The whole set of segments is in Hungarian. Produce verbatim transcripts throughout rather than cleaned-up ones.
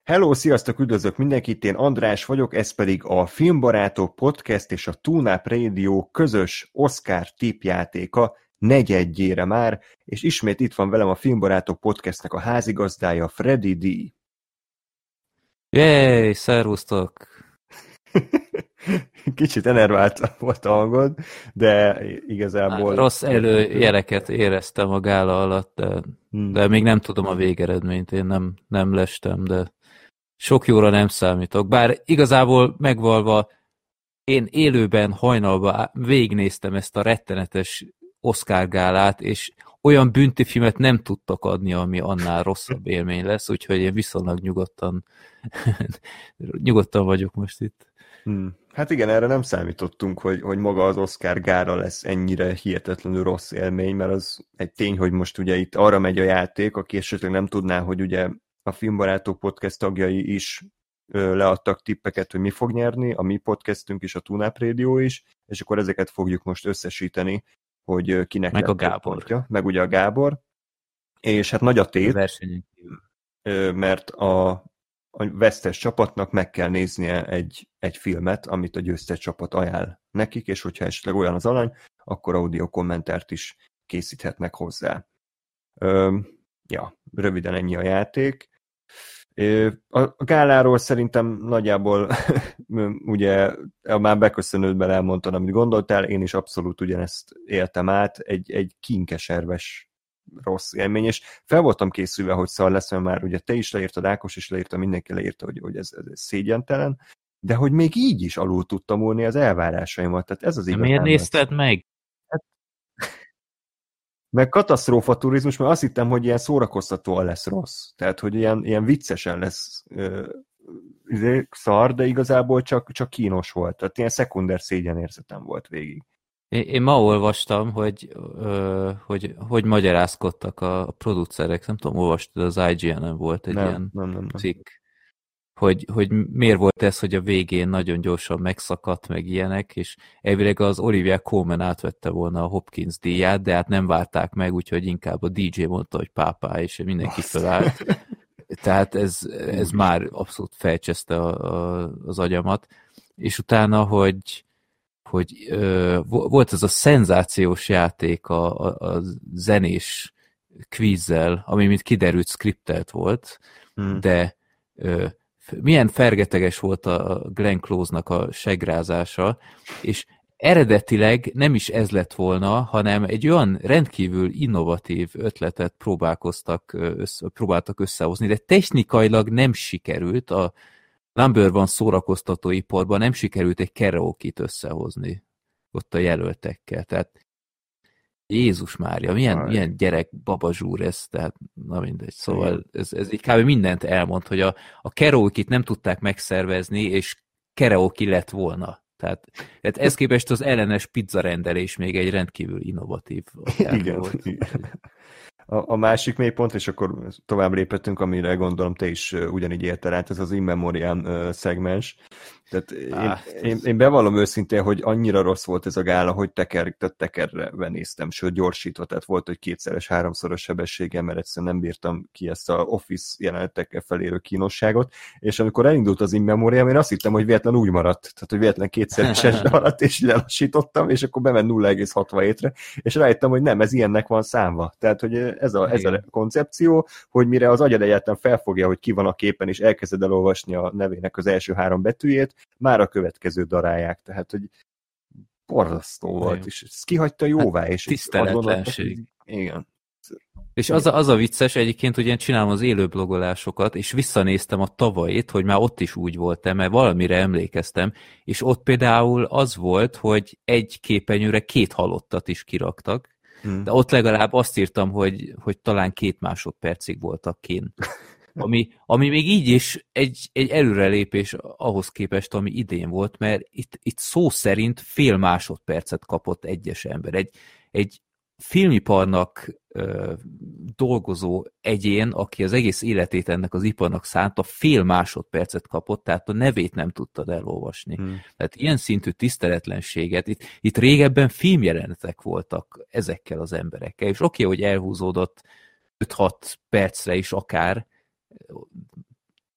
Hello, sziasztok, üdvözlök mindenkit, én András vagyok, ez pedig a Filmbarátok Podcast és a Tune-Up Radio közös Oscar tippjátéka negyedjére már, és ismét itt van velem a Filmbarátok Podcastnek a házigazdája, Freddy D. Jéj, szervusztok! Kicsit enervált volt a hangod, de igazából... Rossz előjeleket éreztem a gála alatt, de, hmm. de még nem tudom a végeredményt, én nem, nem lestem, de sok jóra nem számítok. Bár igazából megvalva, én élőben hajnalban végignéztem ezt a rettenetes Oscar gálát, és olyan büntifilmet nem tudtak adni, ami annál rosszabb élmény lesz, úgyhogy én viszonylag nyugodtan nyugodtan vagyok most itt. Hmm. Hát igen, erre nem számítottunk, hogy, hogy maga az Oscar gála lesz ennyire hihetetlenül rossz élmény, mert az egy tény, hogy most ugye itt arra megy a játék, aki esetleg nem tudná, hogy ugye a Filmbarátok Podcast tagjai is ö, leadtak tippeket, hogy mi fog nyerni, a mi podcastünk is, a Tune-Up Radio is, és akkor ezeket fogjuk most összesíteni, hogy kinek meg a Gábor. Pontja, meg ugye a Gábor. És hát nagy a tét, a ö, mert a, a vesztes csapatnak meg kell néznie egy, egy filmet, amit a győztes csapat ajánl nekik, és hogyha esetleg olyan az alany, akkor audio kommentárt is készíthetnek hozzá. Ö, ja, röviden ennyi a játék. A gáláról szerintem nagyjából ugye már beköszönődben elmondtad, amit gondoltál, én is abszolút ugyanezt éltem át, egy, egy kínkeserves rossz élmény, és fel voltam készülve, hogy szar lesz, mert már ugye te is leírtad, Ákos is leírta, mindenki leírta, hogy, hogy ez, ez szégyentelen, de hogy még így is alul tudtam múlni az elvárásaimat, tehát ez az igazán. Miért nézted meg? Meg katasztrófa turizmus, mert azt hittem, hogy ilyen szórakoztatóan lesz rossz. Tehát, hogy ilyen, ilyen viccesen lesz ö, szar, de igazából csak, csak kínos volt. Tehát ilyen szekunder szégyenérzetem volt végig. Én, én ma olvastam, hogy, ö, hogy hogy magyarázkodtak a producerek, nem tudom, olvastad, az I G N-en volt egy nem, ilyen nem, nem, nem. cikk, hogy, hogy miért volt ez, hogy a végén nagyon gyorsan megszakadt, meg ilyenek, és elvileg az Olivia Colman átvette volna a Hopkins díját, de hát nem várták meg, úgyhogy inkább a dé dzsé mondta, hogy pápá, és mindenki felállt. Tehát ez, ez már abszolút felcseszte a, a, az agyamat. És utána, hogy, hogy ö, volt ez a szenzációs játék a, a, a zenés kvízzel, ami mint kiderült skriptelt volt, hmm. de ö, milyen fergeteges volt a Glenn Close-nak a segrázása, és eredetileg nem is ez lett volna, hanem egy olyan rendkívül innovatív ötletet próbálkoztak, össze, próbáltak összehozni, de technikailag nem sikerült, a number one szórakoztatóiparban nem sikerült egy karaoke-t összehozni ott a jelöltekkel, tehát Jézus Mária, milyen, milyen gyerek babazsúr ez, tehát na mindegy, szóval ez, ez így kb. Mindent elmond, hogy a, a karaoke-t nem tudták megszervezni, és karaoke lett volna. Tehát, tehát ez képest az ellenes pizzarendelés még egy rendkívül innovatív. Igen, volt. Igen. A, a másik mélypont, és akkor tovább léphetünk, amire gondolom te is ugyanígy érted át, ez az In Memoriam uh, szegmens. Tehát ah, én, én, én bevallom őszintén, hogy annyira rossz volt ez a gála, hogy teker, tehát tekerve néztem, sőt gyorsítva, tehát volt, hogy kétszeres, háromszoros sebességem, mert egyszerűen nem bírtam ki ezt a Office jelenetekkel felérő kínosságot, és amikor elindult az In Memoriam, én azt hittem, hogy véletlen úgy maradt, tehát hogy véletlen kétszeres maradt, és lelassítottam, és akkor bement nulla egész hatvanhétre, és rájöttem, hogy nem, ez ilyennek van számva. Tehát, hogy ez a, ez a koncepció, hogy mire az agyad egyáltalán felfogja, hogy ki van a képen, és elkezded elolvasni a nevének az első három betűjét, már a következő darálják, tehát, hogy borzasztó volt, és ezt kihagyta jóvá, hát, és tiszteletlenség. Igen. És az a, az a vicces, egyébként, hogy én csinálom az élő blogolásokat, és visszanéztem a tavalyit, hogy már ott is úgy voltam, mert valamire emlékeztem, és ott például az volt, hogy egy képernyőre két halottat is kiraktak, hmm. de ott legalább azt írtam, hogy, hogy talán két másodpercig voltak kint. Ami, ami még így is egy, egy előrelépés ahhoz képest, ami idén volt, mert itt, itt szó szerint fél másodpercet kapott egyes ember. Egy, egy filmiparnak ö, dolgozó egyén, aki az egész életét ennek az iparnak szánta, fél másodpercet kapott, tehát a nevét nem tudtad elolvasni. Hmm. Tehát ilyen szintű tiszteletlenséget, itt, itt régebben filmjelenetek voltak ezekkel az emberekkel, és oké, okay, hogy elhúzódott öt-hat percre is akár,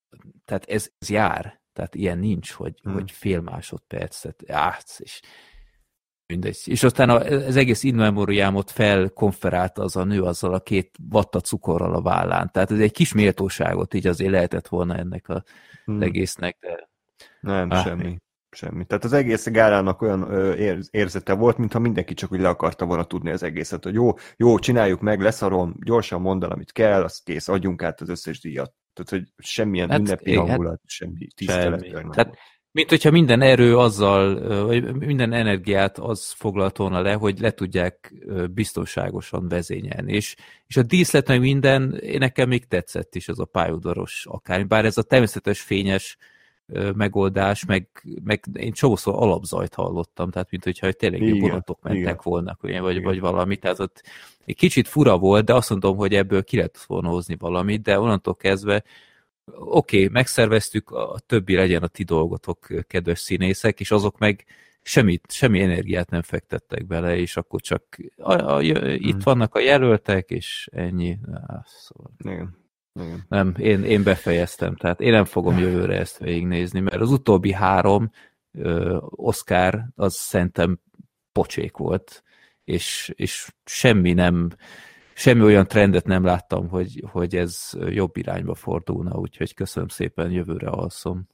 tehát ez, ez jár. Tehát ilyen nincs, hogy, hmm. hogy fél másodperc. Tehát, át, és mindegy. És aztán az egész in memoriámot felkonferálta az a nő azzal a két vatta cukorral a vállán. Tehát ez egy kis méltóságot így azért lehetett volna ennek a, hmm. az egésznek. De... Nem, ah, semmi. Semmi. Tehát az egész gálának olyan ö, érzete volt, mintha mindenki csak úgy le akarta volna tudni az egészet, hogy jó, jó, csináljuk meg, leszarom, gyorsan mondd el, amit kell, az kész, adjunk át az összes díjat. Tehát, hogy semmilyen hát, ünnepi hangulat, hát, semmi tisztelet. Tehát, mint hogyha minden erő azzal, vagy minden energiát az foglalt volna le, hogy le tudják biztonságosan vezényelni. És, és a díszlet meg minden, nekem még tetszett is az a pályaudvaros akár. Bár ez a természetes fényes megoldás, meg, meg én csomószor alapzajt hallottam, tehát mint hogyha tényleg vonatok mentek igen. volna, vagy, vagy valami, tehát ott egy kicsit fura volt, de azt mondom, hogy ebből ki lehet volna hozni valamit, de onnantól kezdve oké, okay, megszerveztük, a többi legyen a ti dolgotok, kedves színészek, és azok meg semmit, semmi energiát nem fektettek bele, és akkor csak a, a, a, itt hmm. vannak a jelöltek, és ennyi. Ah, szóval. Igen. Igen. Nem, én, én befejeztem, tehát én nem fogom jövőre ezt végignézni, mert az utóbbi három ö, Oscar, az szerintem pocsék volt, és, és semmi nem, semmi olyan trendet nem láttam, hogy, hogy ez jobb irányba fordulna, úgyhogy köszönöm szépen, jövőre alszom.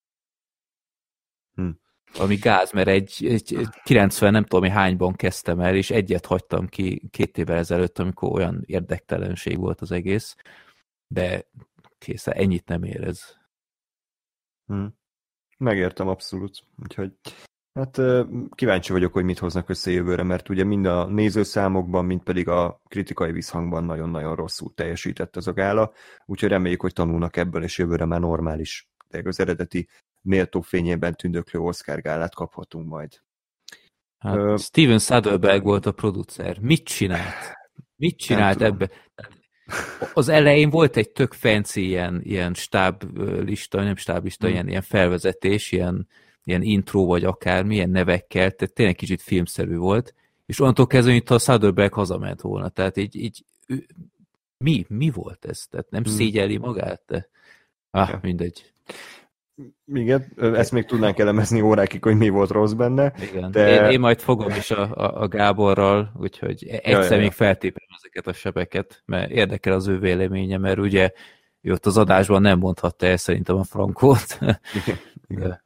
Hm. Ami gáz, mert egy, egy kilencven nem tudom, hányban kezdtem el, és egyet hagytam ki két évvel ezelőtt, amikor olyan érdektelenség volt az egész, de kész, ennyit nem érez. Hmm. Megértem abszolút. Úgyhogy hát kíváncsi vagyok, hogy mit hoznak össze jövőre, mert ugye mind a nézőszámokban, mind pedig a kritikai visszhangban nagyon-nagyon rosszul teljesített ez a gála, úgyhogy reméljük, hogy tanulnak ebből, és jövőre már normális, de az eredeti méltó fényében tündöklő Oscar gálát kaphatunk majd. Hát, Ö... Steven Soderbergh volt a producer. Mit csinált? Mit csinált ebbe? Az elején volt egy tök fancy ilyen, ilyen stáblista, nem stáblista, hmm. ilyen, ilyen felvezetés, ilyen, ilyen intro vagy akármi, ilyen nevekkel, tehát tényleg kicsit filmszerű volt, és onnantól kezdve, mint a Soderbergh hazament volna, tehát így, így mi, mi volt ez? Tehát nem hmm. szégyelli magát? De... Ah, ja. mindegy. Igen, ezt még tudnánk elemezni órákig, hogy mi volt rossz benne. Igen. De... Én, én majd fogom is a, a, a Gáborral, úgyhogy egyszer ja, ja, ja. még feltépem ezeket a sebeket, mert érdekel az ő véleménye, mert ugye ő ott az adásban nem mondhatta el szerintem a frankót. Igen. Igen.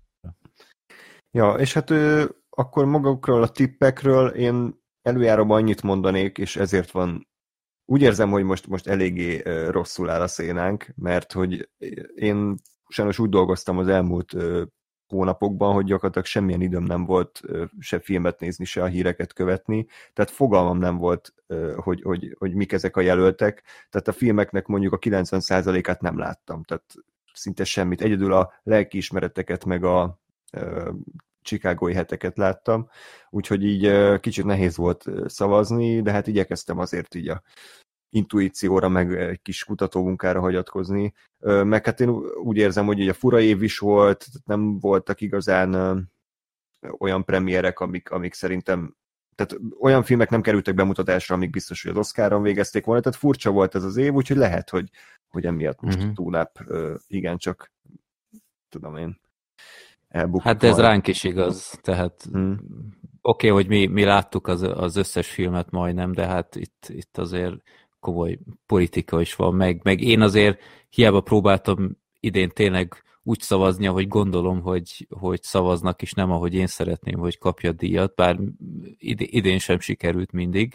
Ja, és hát ő, akkor magukról a tippekről én előjáróban annyit mondanék, és ezért van, úgy érzem, hogy most, most eléggé rosszul áll a szénánk, mert hogy én sajnos úgy dolgoztam az elmúlt ö, hónapokban, hogy gyakorlatilag semmilyen időm nem volt ö, se filmet nézni, se a híreket követni, tehát fogalmam nem volt, ö, hogy, hogy, hogy mik ezek a jelöltek, tehát a filmeknek mondjuk a kilencven százalékát nem láttam, tehát szinte semmit, egyedül a lelkiismereteket meg a ö, chicagói heteket láttam, úgyhogy így ö, kicsit nehéz volt szavazni, de hát igyekeztem azért így a intuícióra, meg egy kis kutatómunkára hagyatkozni. Meg hát én úgy érzem, hogy a fura év is volt, nem voltak igazán olyan premierek, amik, amik szerintem, tehát olyan filmek nem kerültek bemutatásra, amik biztos, hogy az Oscaron végezték volna, tehát furcsa volt ez az év, úgyhogy lehet, hogy, hogy emiatt most uh-huh. túlnáp igencsak, tudom én, elbukik. Hát ez majd. Ránk is igaz, tehát hmm. oké, okay, hogy mi, mi láttuk az, az összes filmet majdnem, de hát itt, itt azért komoly politika is van, meg, meg én azért hiába próbáltam idén tényleg úgy szavazni, ahogy gondolom, hogy, hogy szavaznak, és nem ahogy én szeretném, hogy kapja a díjat, bár idén sem sikerült mindig,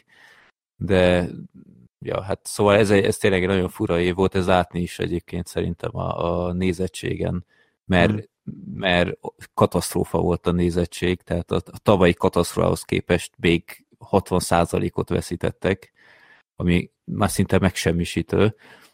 de ja, hát szóval ez, ez tényleg egy nagyon fura év volt, ez látni is egyébként szerintem a, a nézettségen, mert, hmm. mert katasztrófa volt a nézettség, tehát a, a tavalyi katasztrófához képest még hatvan százalékot veszítettek, ami már szinte megsemmisítő,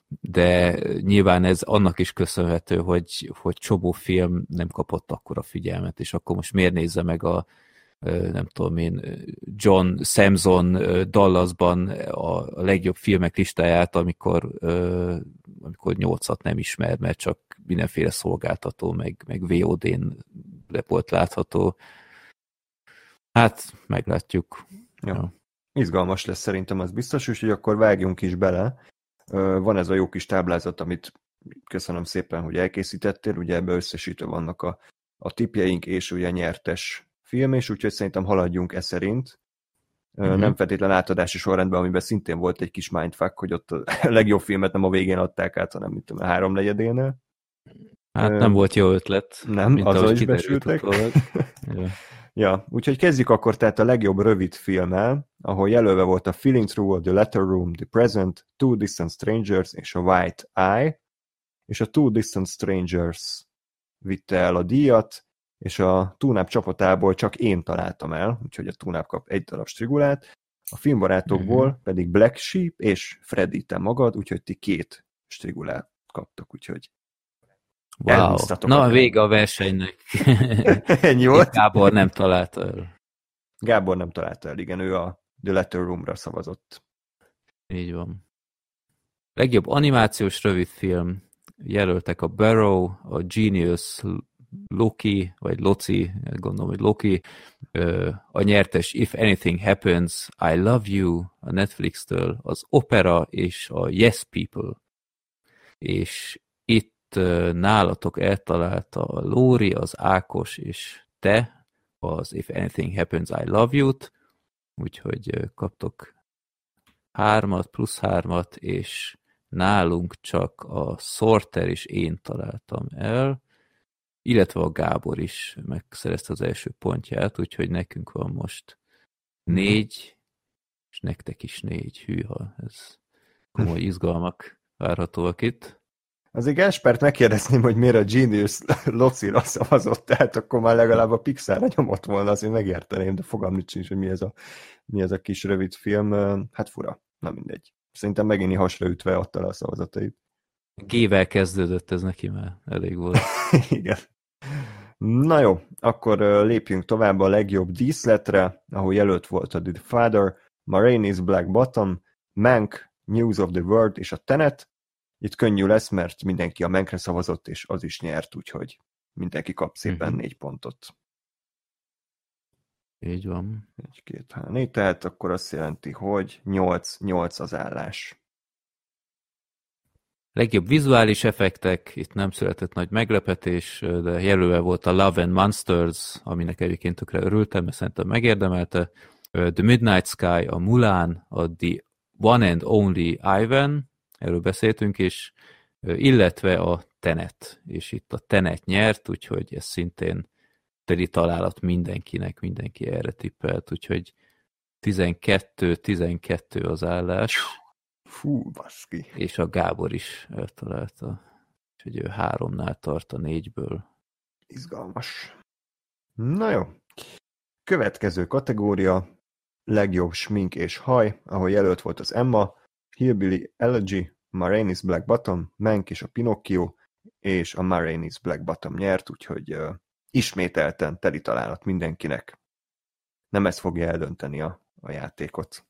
de nyilván ez annak is köszönhető, hogy, hogy csomó film nem kapott akkora figyelmet, és akkor most miért nézze meg a, nem tudom én, John Samson Dallasban a legjobb filmek listáját, amikor, amikor nyolcat nem ismer, mert csak mindenféle szolgáltató, meg, meg vé o dén le volt látható. Hát, meglátjuk. Ja. Ja. Izgalmas lesz szerintem, az biztos, úgyhogy akkor vágjunk is bele. Van ez a jó kis táblázat, amit köszönöm szépen, hogy elkészítettél, ugye ebbe összesítve vannak a, a tippjeink, és ugye nyertes film, és úgyhogy szerintem haladjunk e szerint. Uh-huh. Nem feltétlen átadási sorrendben, amiben szintén volt egy kis mindfuck, hogy ott a legjobb filmet nem a végén adták át, hanem mint a három negyedénél. Hát nem uh, volt jó ötlet. Nem, mint azzal is besültek. ja. ja, úgyhogy kezdjük akkor tehát a legjobb rövid filmmel, ahol jelölve volt a Feeling Through, The Letter Room, The Present, Two Distant Strangers és a White Eye, és a Two Distant Strangers vitte el a díjat, és a Túnáp csapatából csak én találtam el, úgyhogy a Túnáp kap egy darab strigulát, a filmbarátokból mm-hmm. pedig Black Sheep és Freddy, te magad, úgyhogy ti két strigulát kaptok, úgyhogy wow. Na, vége a versenynek. Ennyi volt. Gábor nem találta el. Gábor nem találta el, igen, ő a The Letter Room-ra szavazott. Így van. Legjobb animációs rövidfilm jelöltek a Barrow, a Genius, Loki, vagy Loci, gondolom, hogy Loki, a nyertes If Anything Happens, I Love You a Netflix-től, az Opera és a Yes People. És itt nálatok eltalálta a Lóri, az Ákos és te az If Anything Happens, I Love You-t, úgyhogy kaptok hármat, plusz hármat, és nálunk csak a Sorter és én találtam el, illetve a Gábor is megszerezte az első pontját, úgyhogy nekünk van most négy, és nektek is négy. Hűha, ez komoly izgalmak várhatóak itt. Azért Gáspárt megkérdezném, hogy miért a Genius Locira szavazott, tehát akkor már legalább a Pixarra nyomott volna, azért megérteném, de fogalmam sincs, hogy mi ez, a, mi ez a kis rövid film. Hát fura, na mindegy. Szerintem megint hasra ütve adta le a szavazatait. G-vel kezdődött ez neki már, elég volt. Igen. Na jó, akkor lépjünk tovább a legjobb díszletre, ahol jelölt volt a The Father, Ma Rainey's Black Bottom, Mank, News of the World és a Tenet. Itt könnyű lesz, mert mindenki a Mankre szavazott, és az is nyert, úgyhogy mindenki kap szépen uh-huh. négy pontot. Így van. Egy, két, három, négy, tehát akkor azt jelenti, hogy nyolc, nyolc az állás. Legjobb vizuális effektek, itt nem született nagy meglepetés, de jelölve volt a Love and Monsters, aminek egyébként tökre örültem, mert szerintem megérdemelte. The Midnight Sky, a Mulan, a The One and Only Ivan, erről beszéltünk is, illetve a Tenet, és itt a Tenet nyert, úgyhogy ez szintén teli találat mindenkinek, mindenki erre tippelt, úgyhogy tizenkettő tizenkettő az állás. Fú, baszki. És a Gábor is eltalálta, úgyhogy ő háromnál tart a négyből. Izgalmas. Na jó. Következő kategória, legjobb smink és haj, ahol jelölt volt az Emma, Hillbilly Elegy, Ma Rainey's Black Bottom, Mank és a Pinocchio, és a Ma Rainey's Black Bottom nyert, úgyhogy uh, ismételten teli találat mindenkinek. Nem ez fogja eldönteni a, a játékot.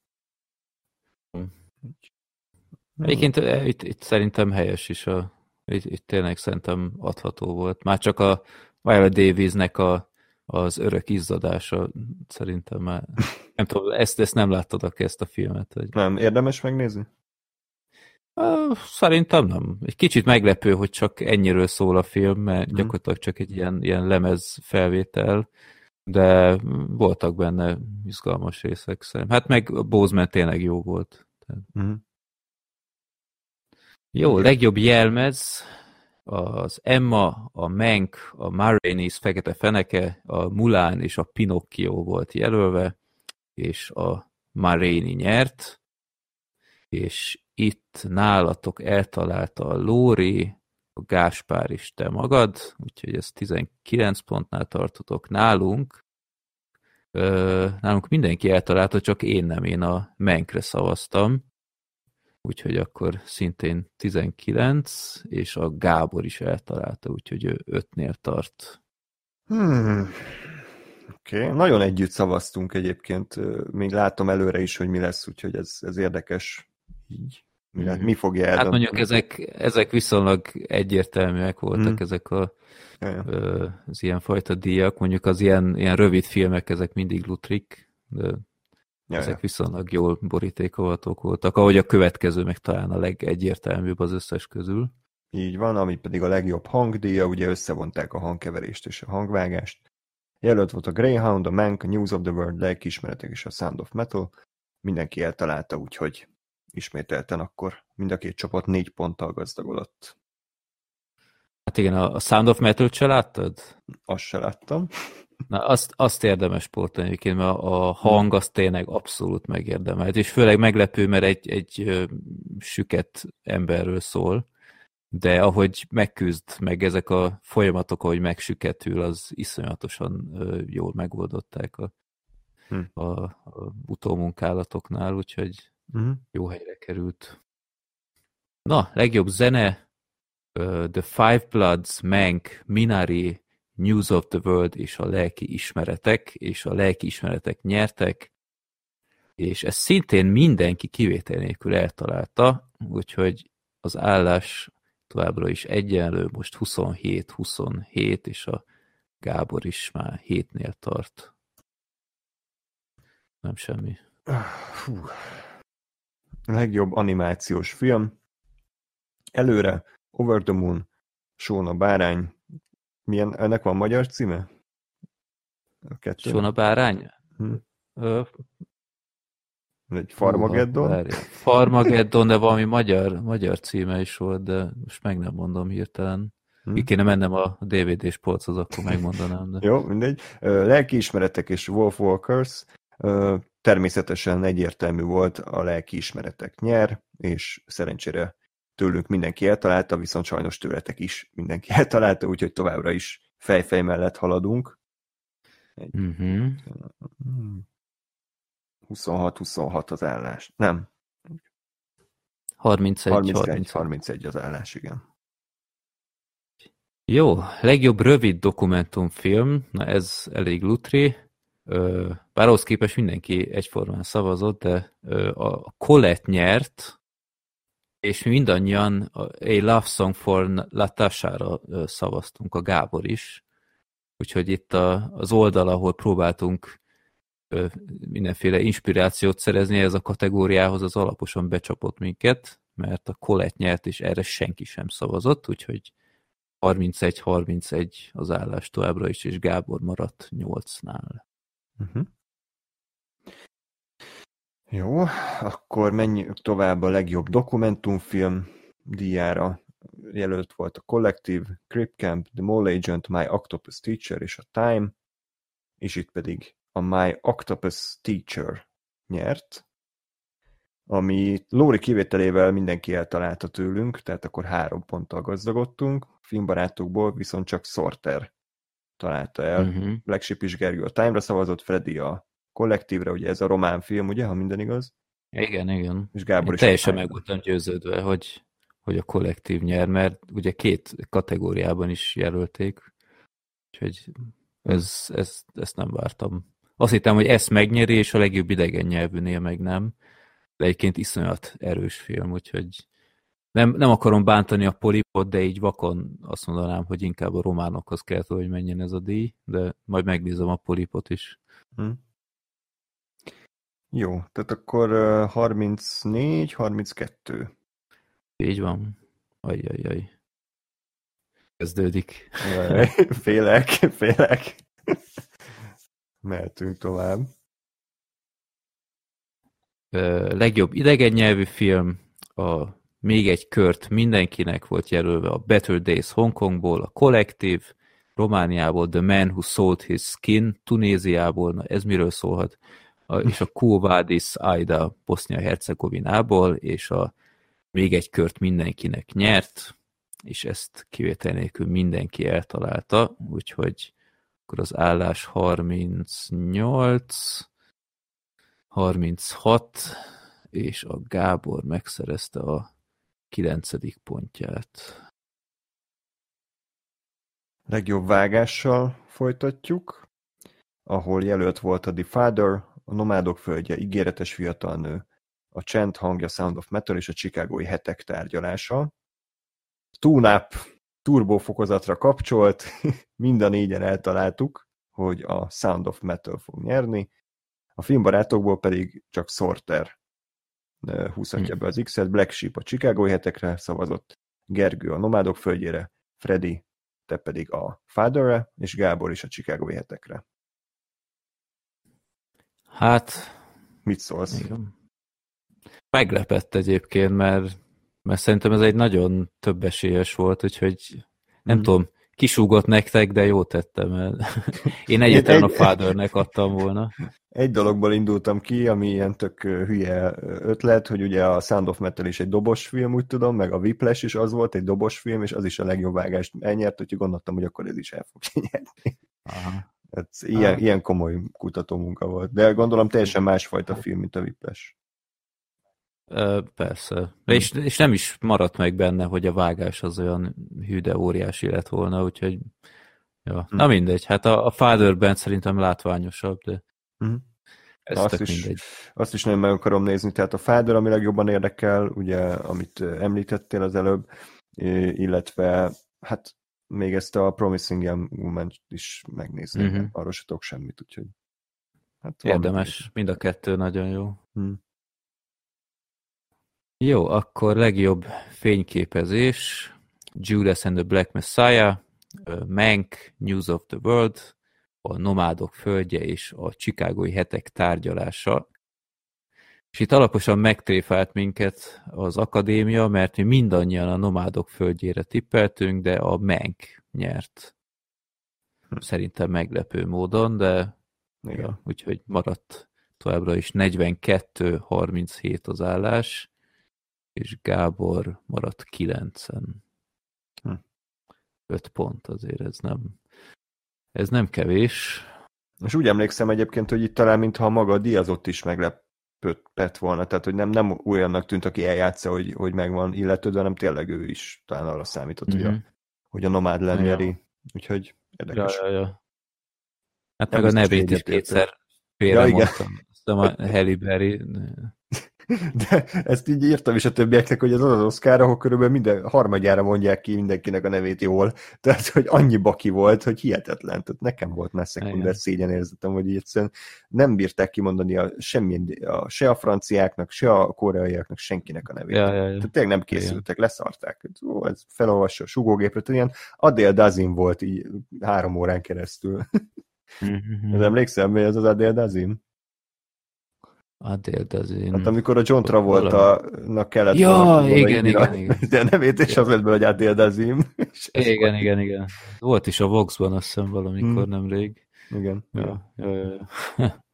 Egyébként itt, itt szerintem helyes is, a, itt, itt tényleg szerintem adható volt. Már csak a Viola Davisnek a, az örök izzadása szerintem már, nem tudom, ezt, ezt nem láttad aki ezt a filmet? Hogy... Nem, érdemes megnézni? Szerintem nem. Egy kicsit meglepő, hogy csak ennyiről szól a film, mert hmm. gyakorlatilag csak egy ilyen, ilyen lemez felvétel, de voltak benne izgalmas részek szerintem. Hát meg Boseman tényleg jó volt. Hmm. Jó, legjobb jelmez, az Emma, a Mank, a Ma Rainey's Fekete Feneke, a Mulan és a Pinocchio volt jelölve, és a Ma Rainey nyert, és itt nálatok eltalálta a Lóri, a Gáspár is te magad, úgyhogy ez tizenkilenc pontnál tartotok nálunk. Ö, nálunk mindenki eltalálta, csak én nem, én a Mankre szavaztam. Úgyhogy akkor szintén tizenkilenc, és a Gábor is eltalálta, úgyhogy ő ötnél tart. Hmm. Oké, okay. Nagyon együtt szavaztunk egyébként, még látom előre is, hogy mi lesz, úgyhogy ez, ez érdekes. Így. Mi, hmm. mi fogja eldönteni? Hát mondjuk ezek, ezek viszonylag egyértelműek voltak, hmm. ezek a, ö, az ilyenfajta díjak, mondjuk az ilyen, ilyen rövid filmek, ezek mindig lutrik, de Ja, ezek ja. viszonylag jól borítékolhatók voltak, ahogy a következő meg talán a legegyértelműbb az összes közül. így van, ami pedig a legjobb hangdíja, ugye összevonták a hangkeverést és a hangvágást. Jelölt volt a Greyhound, a Mank, a News of the World, lelkiismeretek és a Sound of Metal. Mindenki eltalálta, úgyhogy ismételten akkor mind a két csapat négy ponttal gazdagodott. Hát igen, a Sound of Metal-t se láttad? Azt se láttam. Na, azt, azt érdemes sportolni, mert a hang az tényleg abszolút megérdemelt, és főleg meglepő, mert egy, egy ö, süket emberről szól, de ahogy megküzd meg ezek a folyamatok, ahogy megsüketül, az iszonyatosan ö, jól megoldották a, hm. a, a utómunkálatoknál, úgyhogy hm. jó helyre került. Na, legjobb zene, uh, The Five Bloods, Mank, Minari, News of the World és a lelki ismeretek, és a lelki ismeretek nyertek, és ezt szintén mindenki kivétel nélkül eltalálta, úgyhogy az állás továbbra is egyenlő, most huszonhét huszonhét, és a Gábor is már hétnél tart. Nem semmi. Hú. Legjobb animációs film. Előre Over the Moon, Shaun a bárány. Milyen, ennek van magyar címe? Shaun a bárány? Hm. Ö... Egy Farmageddon? Farmageddon, de valami magyar, magyar címe is volt, de most meg nem mondom hirtelen. Hm. Ki kéne mennem a dé vé dés polchoz, akkor megmondanám. De... Jó, mindegy. Lelkiismeretek és Wolf Walkers. Természetesen egyértelmű volt, a lelkiismeretek nyer, és szerencsére tőlünk mindenki eltalálta, viszont sajnos tőletek is mindenki eltalálta, úgyhogy továbbra is fejfej mellett haladunk. Egy... Uh-huh. huszonhat huszonhat az állás. Nem. harmincegy harmincegy az állás, igen. Jó, legjobb rövid dokumentumfilm, na ez elég lutri. Bár ahhoz képest mindenki egyformán szavazott, de a Colette nyert, és mi mindannyian a Love Song for Natasha-ra szavaztunk, a Gábor is. Úgyhogy itt a, az oldal, ahol próbáltunk mindenféle inspirációt szerezni ez a kategóriához, az alaposan becsapott minket, mert a Colette nyert, és erre senki sem szavazott, úgyhogy harmincegy harmincegy az állás továbbra is, és Gábor maradt nyolcnál. Uh-huh. Jó, akkor menjünk tovább a legjobb dokumentumfilm díjára. Jelölt volt a Collective, Crip Camp, The Mole Agent, My Octopus Teacher és a Time, és itt pedig a My Octopus Teacher nyert, ami Lóri kivételével mindenki eltalálta tőlünk, tehát akkor három ponttal gazdagodtunk, filmbarátokból viszont csak Sorter találta el. Uh-huh. Black Sheep is Gergő a Time-ra szavazott, Freddy a Collective-re, ugye ez a román film, ugye, ha minden igaz? Igen, igen. És Gábor Én is teljesen meg voltam győződve, hogy, hogy a Collective nyer, mert ugye két kategóriában is jelölték, úgyhogy ez, ez, ezt nem vártam. Azt hittem, hogy ezt megnyeri, és a legjobb idegen nyelvűnél meg nem. De egyébként iszonyat erős film, úgyhogy nem, nem akarom bántani a polipot, de így vakon azt mondanám, hogy inkább a románokhoz kellett, hogy menjen ez a díj, de majd megnézem a polipot is. Hm. Jó, tehát akkor uh, harmincnégy harminckettő. Így van. Ajjajjaj. Kezdődik. Félek, félek. Mehetünk tovább. Uh, legjobb idegen nyelvű film, a Még egy kört mindenkinek volt jelölve, a Better Days Hongkongból, a Collective, Romániából, The Man Who Sold His Skin, Tunéziából, na ez miről szólhat, a, és a Quo Vadis Aida Bosznia-Hercegovinából, és a Még egy kört mindenkinek nyert, és ezt kivétel nélkül mindenki eltalálta, úgyhogy akkor az állás harmincnyolc harminchat, és a Gábor megszerezte a kilencedik pontját. Legjobb vágással folytatjuk, ahol jelölt volt a The Father, a Nomádok földje, Ígéretes fiatal nő, a Csend hangja, Sound of Metal és a Chicagói hetek tárgyalása. Tune-up turbófokozatra kapcsolt, mind a négyen eltaláltuk, hogy a Sound of Metal fog nyerni, a filmbarátokból pedig csak Sorter húzhatja be az X-et, Black Sheep a Chicagói hetekre szavazott, Gergő a Nomádok földjére, Freddy, te pedig a Fatherre, és Gábor is a Chicagói hetekre. Hát... Mit szólsz? Igen. Meglepett egyébként, mert, mert szerintem ez egy nagyon többesélyes volt, úgyhogy nem mm. tudom, kisúgott nektek, de jó tettem, mert én egyetlen egy... a Fathernek adtam volna. Egy dologból indultam ki, ami ilyen tök hülye ötlet, hogy ugye a Sound of Metal is egy dobos film, úgy tudom, meg a Whiplash is az volt, egy dobos film, és az is a legjobb vágást elnyert, úgyhogy gondoltam, hogy akkor ez is el fog nyerni. Aha. Hát ilyen, ilyen komoly kutatómunka volt, de gondolom teljesen másfajta film, mint a Whiplash. Persze. Hmm. És, és nem is maradt meg benne, hogy a vágás az olyan hű, de óriási lett volna, úgyhogy ja. Hmm. Na mindegy, hát a, a Father-ben szerintem látványosabb, de hmm. ez azt is, mindegy. Azt is nagyon meg akarom nézni, tehát a Father, ami legjobban érdekel, ugye, amit említettél az előbb, illetve hát még ezt a Promising Young Woman is megnézni, mm-hmm. arról se tudok semmit, úgyhogy hát érdemes, mind a kettő nagyon jó. Hmm. Jó, akkor legjobb fényképezés, Judas and the Black Messiah, Mank, News of the World, a Nomádok földje és a Chicagói hetek tárgyalása. És itt alaposan megtréfált minket az akadémia, mert mi mindannyian a Nomádok földjére tippeltünk, de a Mank nyert. Szerintem meglepő módon, de ja, úgyhogy maradt továbbra is negyvenkettő harminchét az állás, és Gábor maradt kilencen. Hm. öt pont azért, ez nem, ez nem kevés. És úgy emlékszem egyébként, hogy itt talán mintha maga a díjazott is meglepett volna, tehát hogy nem, nem olyannak tűnt, aki eljátsza, hogy, hogy megvan illetődve, hanem tényleg ő is talán arra számított, mm-hmm. hogy, a, hogy a nomád lennyeri. Ja. Úgyhogy érdekes. Ja, ja, ja. Hát nem meg a nevét is kétszer félre ja, mondtam. Aztán a Halle Berry... De ezt így írtam is a többieknek, hogy ez az az Oscar, ahol körülbelül minden harmadjára mondják ki mindenkinek a nevét jól. Tehát, hogy annyi baki volt, hogy hihetetlen. Tehát nekem volt már szekunder szégyenérzetem, hogy így egyszerűen nem bírták kimondani a, semmilyen, a, se a franciáknak, se a koreaiaknak, senkinek a nevét. Ja, ja, ja. Tehát tényleg nem készültek, ja. Leszarták. Ó, ez felolvassa a sugógépre, tehát ilyen Adele Dazeem volt így három órán keresztül. Mm-hmm. Ez emlékszem, hogy ez az Adele Dazeem? Adele Dazeem. Hát amikor a John Travolta-nak kellett ja, volna, igen, igen, igen. De a nevét és az lett belőle, hogy Adele Dazeem. Igen, igen, igen. Volt is a Vox-ban, azt hiszem valamikor hmm. nemrég. Igen. Ja, ja, ja, ja.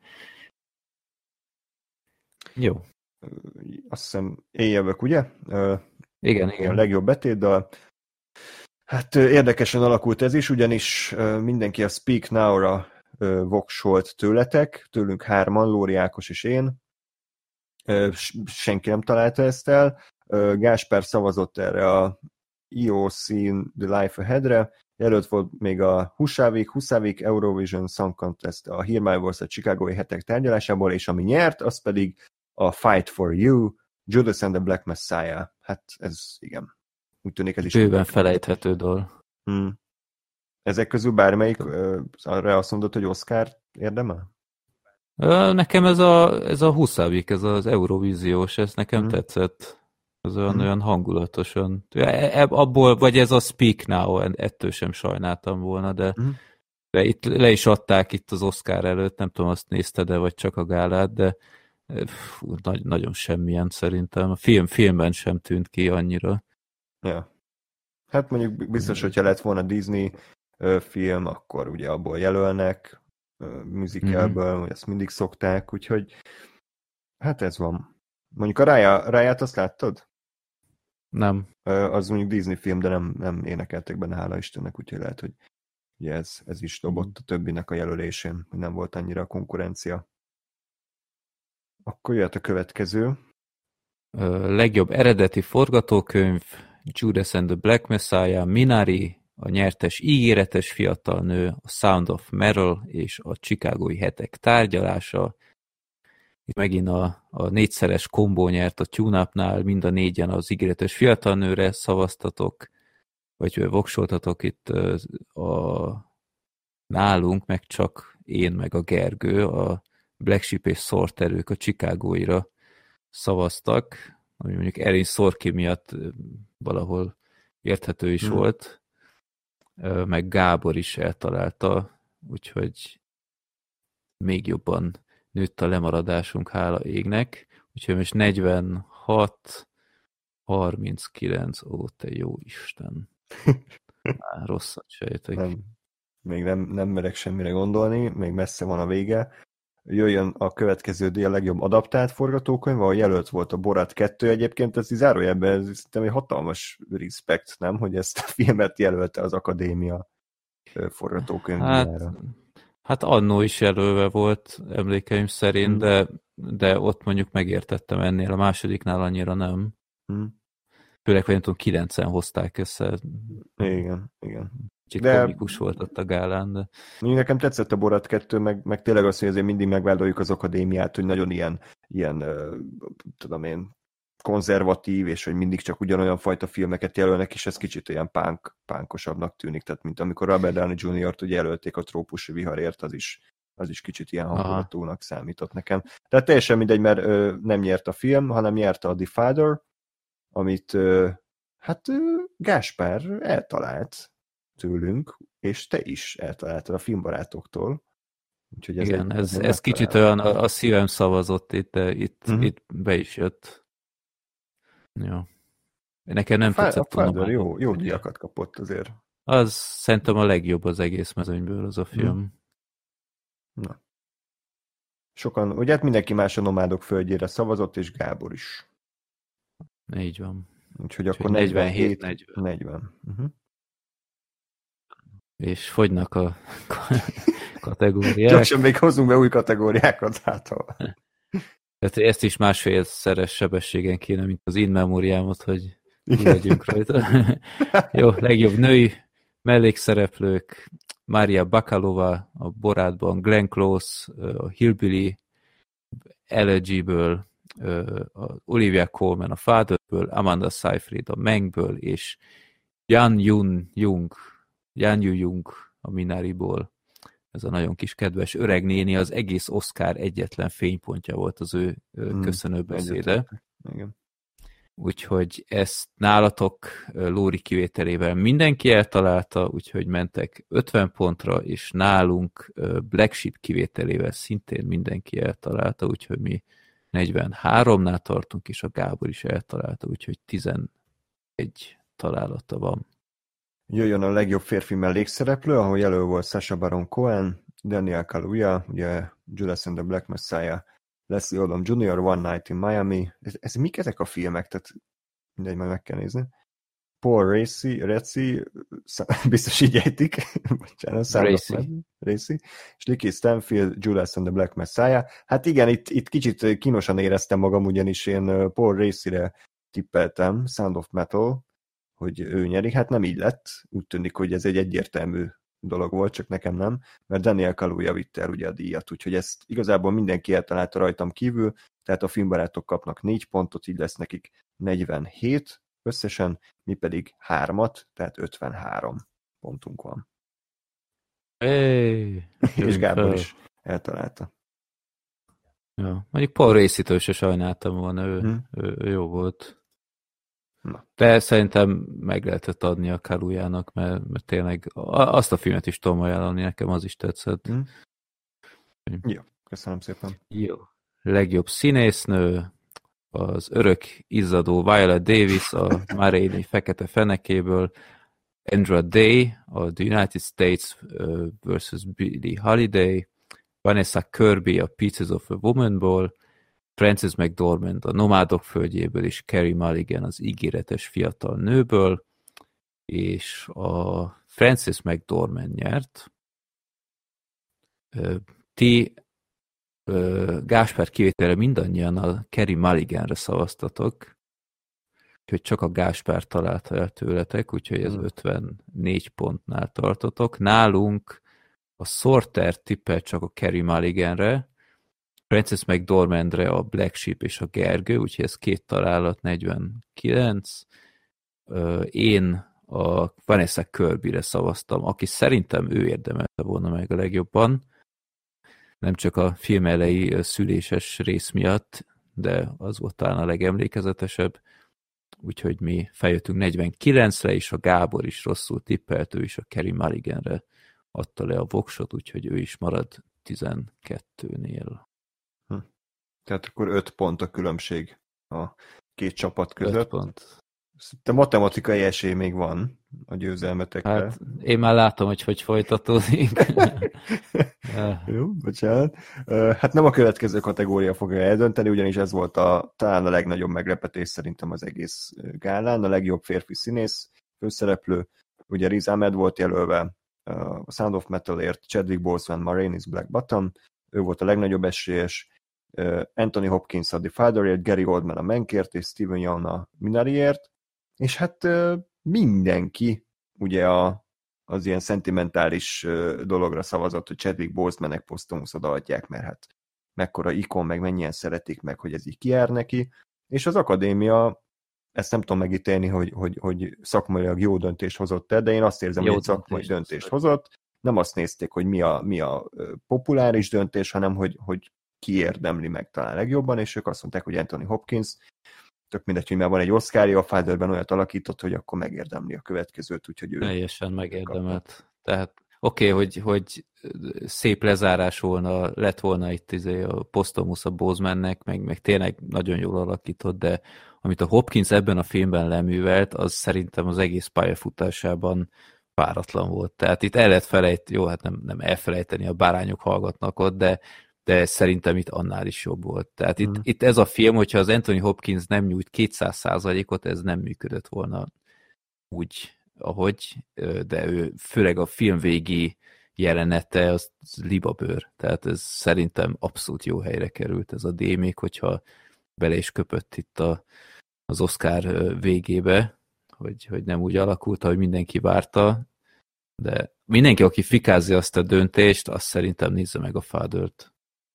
Jó. Azt hiszem én jövök, ugye? Igen, igen. A legjobb betétdal. Hát érdekesen alakult ez is, ugyanis mindenki a Speak Now-ra voksolt tőletek, tőlünk hárman, Lóri, Ákos és én. Senki nem találta ezt el. Gáspár szavazott erre a E O C The Life Ahead-re. Jelölt volt még a Husavik, Husavik Eurovision Song Contest, a Hear My Voice a Chicagói hetek tárgyalásából, és ami nyert, az pedig a Fight for You, Judas and the Black Messiah. Hát ez igen. Úgy tűnik ez is... Bőven felejthető dal. Hmm. Ezek közül bármelyik uh, arra azt mondod, hogy Oscar érdemel? Nekem ez a, ez a Husavik, ez az Eurovíziós, ez nekem hmm. tetszett. Ez olyan, hmm. olyan hangulatosan. Abból, vagy ez a Speak Now, ettől sem sajnáltam volna, de, hmm. de itt le is adták itt az Oscar előtt, nem tudom, azt nézted-e, vagy csak a gálát, de fú, nagy, nagyon semmilyen szerintem. A film, filmben sem tűnt ki annyira. Ja. Hát mondjuk biztos, hogyha lett volna Disney ö, film, akkor ugye abból jelölnek, ö, musicalből, mm-hmm. ezt mindig szokták, úgyhogy hát ez van. Mondjuk a Rája, Ráját azt láttad? Nem. Ö, az mondjuk Disney film, de nem, nem énekeltek benne, hála Istennek, úgyhogy lehet, hogy ugye ez, ez is dobott a többinek a jelölésén, hogy nem volt annyira a konkurencia. Akkor jöhet a következő. Ö, legjobb eredeti forgatókönyv, Judas and the Black Messiah, Minari, a nyertes ígéretes fiatal nő, a Sound of Metal és a Chicagói hetek tárgyalása. Itt megint a, a négyszeres kombó nyert a tune-upnál, mind a négyen az ígéretes fiatal nőre szavaztatok, vagy voksoltatok itt a, nálunk, meg csak én, meg a Gergő, a Black Sheep és Sorterők a Chicagóira szavaztak, ami mondjuk Erin Sorkin miatt valahol érthető is hmm. volt, meg Gábor is eltalálta, úgyhogy még jobban nőtt a lemaradásunk, hála égnek. Úgyhogy most negyvenhat harminckilenc, ó, te jó Isten. Már rosszat sejtek. Nem, még nem, nem merek semmire gondolni, még messze van a vége. Jöjjön a következő díj, a legjobb adaptált forgatókönyv, ahol jelölt volt a Borat kettő, egyébként ez zárójelben, ez szerintem egy hatalmas respekt, nem, hogy ezt a filmet jelölte az Akadémia forgatókönyvjára. Hát, hát annó is jelölve volt, emlékeim szerint, hmm. de, de ott mondjuk megértettem ennél, a másodiknál annyira nem. Hmm. Főleg, hogy nem tudom, kilencen hozták össze. Igen, igen. Kicsit de... komikus volt ott a gálán, de... Nekem tetszett a Borat kettő, meg, meg tényleg az, hogy azért mindig megvádoljuk az Akadémiát, hogy nagyon ilyen, ilyen uh, tudom én, konzervatív, és hogy mindig csak ugyanolyan fajta filmeket jelölnek, és ez kicsit olyan pánk, pánkosabbnak tűnik, tehát mint amikor Robert Downey juniort ugye jelölték a Trópusi viharért, az is, az is kicsit ilyen hangulatúnak számított nekem. Tehát teljesen mindegy, mert ö, nem nyert a film, hanem nyerte a The Father, amit ö, hát ö, Gáspár eltalált tőlünk, és te is eltaláltad a filmbarátoktól. Úgyhogy ez igen, egy, ez, ez, ez kicsit olyan, a, a szívem szavazott itt, de itt, uh-huh. itt be is jött. Ja. Nekem nem a tetszett a Father jó, jó díjakat kapott azért. Az szerintem a legjobb az egész mezőnyből az a film. Hmm. Na. Sokan, ugye hát mindenki más a Nomádok földjére szavazott, és Gábor is. Így van. Úgyhogy akkor negyvenhét negyven. negyven. Uh-huh. És fogynak a kategóriák. Gyorsan még hozzunk be új kategóriákat által. Tehát ezt is másfélszeres sebességen kéne, mint az In Memoriamot, hogy legyünk rajta. Jó, legjobb női mellékszereplők, Maria Bakalova a Borátban, Glenn Close a Hillbilly Elegy-ből, Olivia Colman a Fatherből, Amanda Seyfried a Mangből, és Jan Yun Jung, Jan Yu Jung a Minariból. Ez a nagyon kis kedves öreg néni, az egész Oscar egyetlen fénypontja volt az ő hmm, köszönőbeszéde. Igen. Úgyhogy ezt nálatok Lóri kivételével mindenki eltalálta, úgyhogy mentek ötven pontra, és nálunk Black Sheep kivételével szintén mindenki eltalálta, úgyhogy mi negyvenháromnál tartunk, és a Gábor is eltalálta, úgyhogy tizenegy találata van. Jöjjön a legjobb férfi mellékszereplő, ahol jelöl volt Sacha Baron Cohen, Daniel Kaluuya, ugye Judas and the Black Messiah, Leslie Odom junior, One Night in Miami. Ez, ez mik ezek a filmek? Tehát mindegy, majd meg kell nézni. Paul Raci, Raci biztos így ejtik, bocsánat, Raci. Raci, és Lakeith Stanfield, Judas and the Black Messiah. Hát igen, itt, itt kicsit kínosan éreztem magam, ugyanis én Paul Raci-re tippeltem, Sound of Metal, hogy ő nyeri. Hát nem így lett. Úgy tűnik, hogy ez egy egyértelmű dolog volt, csak nekem nem, mert Daniel Kaluuya vitte el ugye a díjat, úgyhogy ezt igazából mindenki eltalálta rajtam kívül, tehát a filmbarátok kapnak négy pontot, így lesz nekik negyvenhét összesen, mi pedig hármat, tehát ötvenhárom pontunk van. Hey, és Gábor fel. Is eltalálta. Ja, mondjuk Paul Raci-től se sajnáltam volna, ő, hmm. ő, ő jó volt. Na. De szerintem meg lehetett adni a Kaluuyának, mert, mert tényleg azt a filmet is tudom ajánlani, nekem az is tetszett. Mm. Jó, köszönöm szépen. Jó. Legjobb színésznő, az örök izzadó Viola Davis a Ma Rainey fekete fenekéből, Andra Day a The United States versus Billie Holiday, Vanessa Kirby a Pieces of a Womanból, Frances McDormand a Nomádok földjéből, és Carey Mulligan az ígéretes fiatal nőből, és a Frances McDormand nyert. Ti Gáspár kivételre mindannyian a Carey Mulliganre szavaztatok, úgyhogy csak a Gáspár találta el tőletek, úgyhogy ez hmm. ötvennégy pontnál tartotok. Nálunk a Sorter tippel csak a Carey Mulliganre, Frances McDormandre a Black Sheep és a Gergő, úgyhogy ez két találat, negyvenkilenc. Én a Vanessa Kirbyre szavaztam, aki szerintem ő érdemelte volna meg a legjobban. Nem csak a film elejé szüléses rész miatt, de az volt talán a legemlékezetesebb. úgyhogy mi feljöttünk negyvenkilencre, és a Gábor is rosszul tippelt, ő is a Carey Mulliganre adta le a voksot, úgyhogy ő is marad tizenkettőnél. Hm. Tehát akkor öt pont a különbség a két csapat között. öt pont. De matematikai esély még van a győzelmetekre. Hát én már látom, hogy hogy folytatódik. Jó, bocsánat. Hát nem a következő kategória fogja eldönteni, ugyanis ez volt a, talán a legnagyobb meglepetés szerintem az egész gálán. A legjobb férfi színész főszereplő, ugye Riz Ahmed volt jelölve a Sound of Metalért, Chadwick Boseman, Ma Rainey's Black Bottom, ő volt a legnagyobb esélyes, Anthony Hopkins a The Fatherért, Gary Oldman a Mankért, és Steven Yeun a Minariért, és hát mindenki ugye a, az ilyen szentimentális dologra szavazott, hogy Chadwick Bosemannek posztumuszot adják, mert hát mekkora ikon, meg mennyien szeretik meg, hogy ez így kijár neki, és az akadémia, ezt nem tudom megítélni, hogy, hogy, hogy szakmailag jó döntést hozott-e, de én azt érzem, jó hogy szakmai döntést hozott, nem azt nézték, hogy mi a, mi a populáris döntés, hanem hogy, hogy ki érdemli meg talán legjobban, és ők azt mondták, hogy Anthony Hopkins, tök mindegy, hogy már van egy Oscarja, a Fatherben olyat alakított, hogy akkor megérdemli a következőt, úgyhogy ő... Teljesen megérdemelt. Kapott. Tehát oké, okay, hogy, hogy szép lezárás volna, lett volna itt izé a posztomusz a Bosemannek, meg, meg tényleg nagyon jól alakított, de amit a Hopkins ebben a filmben leművelt, az szerintem az egész pályafutásában páratlan volt. Tehát itt el lehet felejteni, jó, hát nem, nem elfelejteni, a bárányok hallgatnak ott, de de szerintem itt annál is jobb volt. Tehát itt, mm. itt ez a film, hogyha az Anthony Hopkins nem nyújt kétszáz százalékot, ez nem működött volna úgy, ahogy, de ő főleg a film végi jelenete, az libabőr. Tehát ez szerintem abszolút jó helyre került ez a D, még hogyha bele is köpött itt a, az Oscar végébe, hogy, hogy nem úgy alakult, ahogy mindenki várta, de mindenki, aki fikázi azt a döntést, azt szerintem nézze meg a Fathert.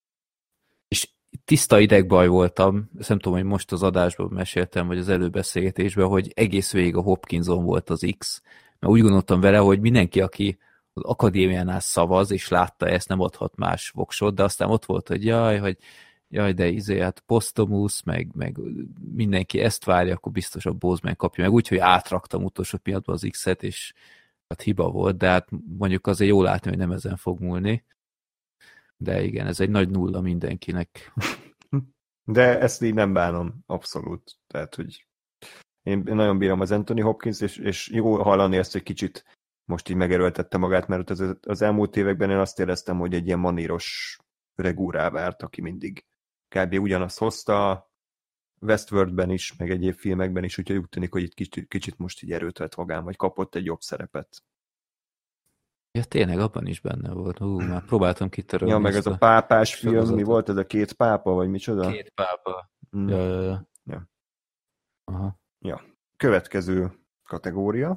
És tiszta idegbaj voltam, ezt nem tudom, hogy most az adásban meséltem, vagy az előbeszélgetésben, hogy egész végig a Hopkinson volt az X, mert úgy gondoltam vele, hogy mindenki, aki az akadémiánál szavaz, és látta ezt, nem adhat más voksot, de aztán ott volt, hogy jaj, hogy jaj, de izé, hát posztomusz, meg, meg mindenki ezt várja, akkor biztos a Boseman kapja meg, úgyhogy átraktam utolsó pillanatban az X-et, és hát hiba volt, de hát mondjuk azért jól látni, hogy nem ezen fog múlni. De igen, ez egy nagy nulla mindenkinek. De ezt így nem bánom, abszolút. Tehát, hogy én nagyon bírom az Anthony Hopkins, és, és jó hallani ezt, hogy kicsit most így megerőltette magát, mert az, az elmúlt években én azt éreztem, hogy egy ilyen maníros öreg úrá várt, aki mindig kb. Ugyanazt hozta, Westworldben is, meg egyéb filmekben is, úgyhogy úgy tűnik, hogy itt kicsit, kicsit most így erőt vett magán, vagy kapott egy jobb szerepet. Ja, tényleg, abban is benne volt. Hú, már próbáltam kitörölni. Ja, meg ez a pápás film, sorozatot. Mi volt ez a két pápa, vagy micsoda? Két pápa. Mm. Ja, ja, ja. Ja. Aha. Ja. Következő kategória.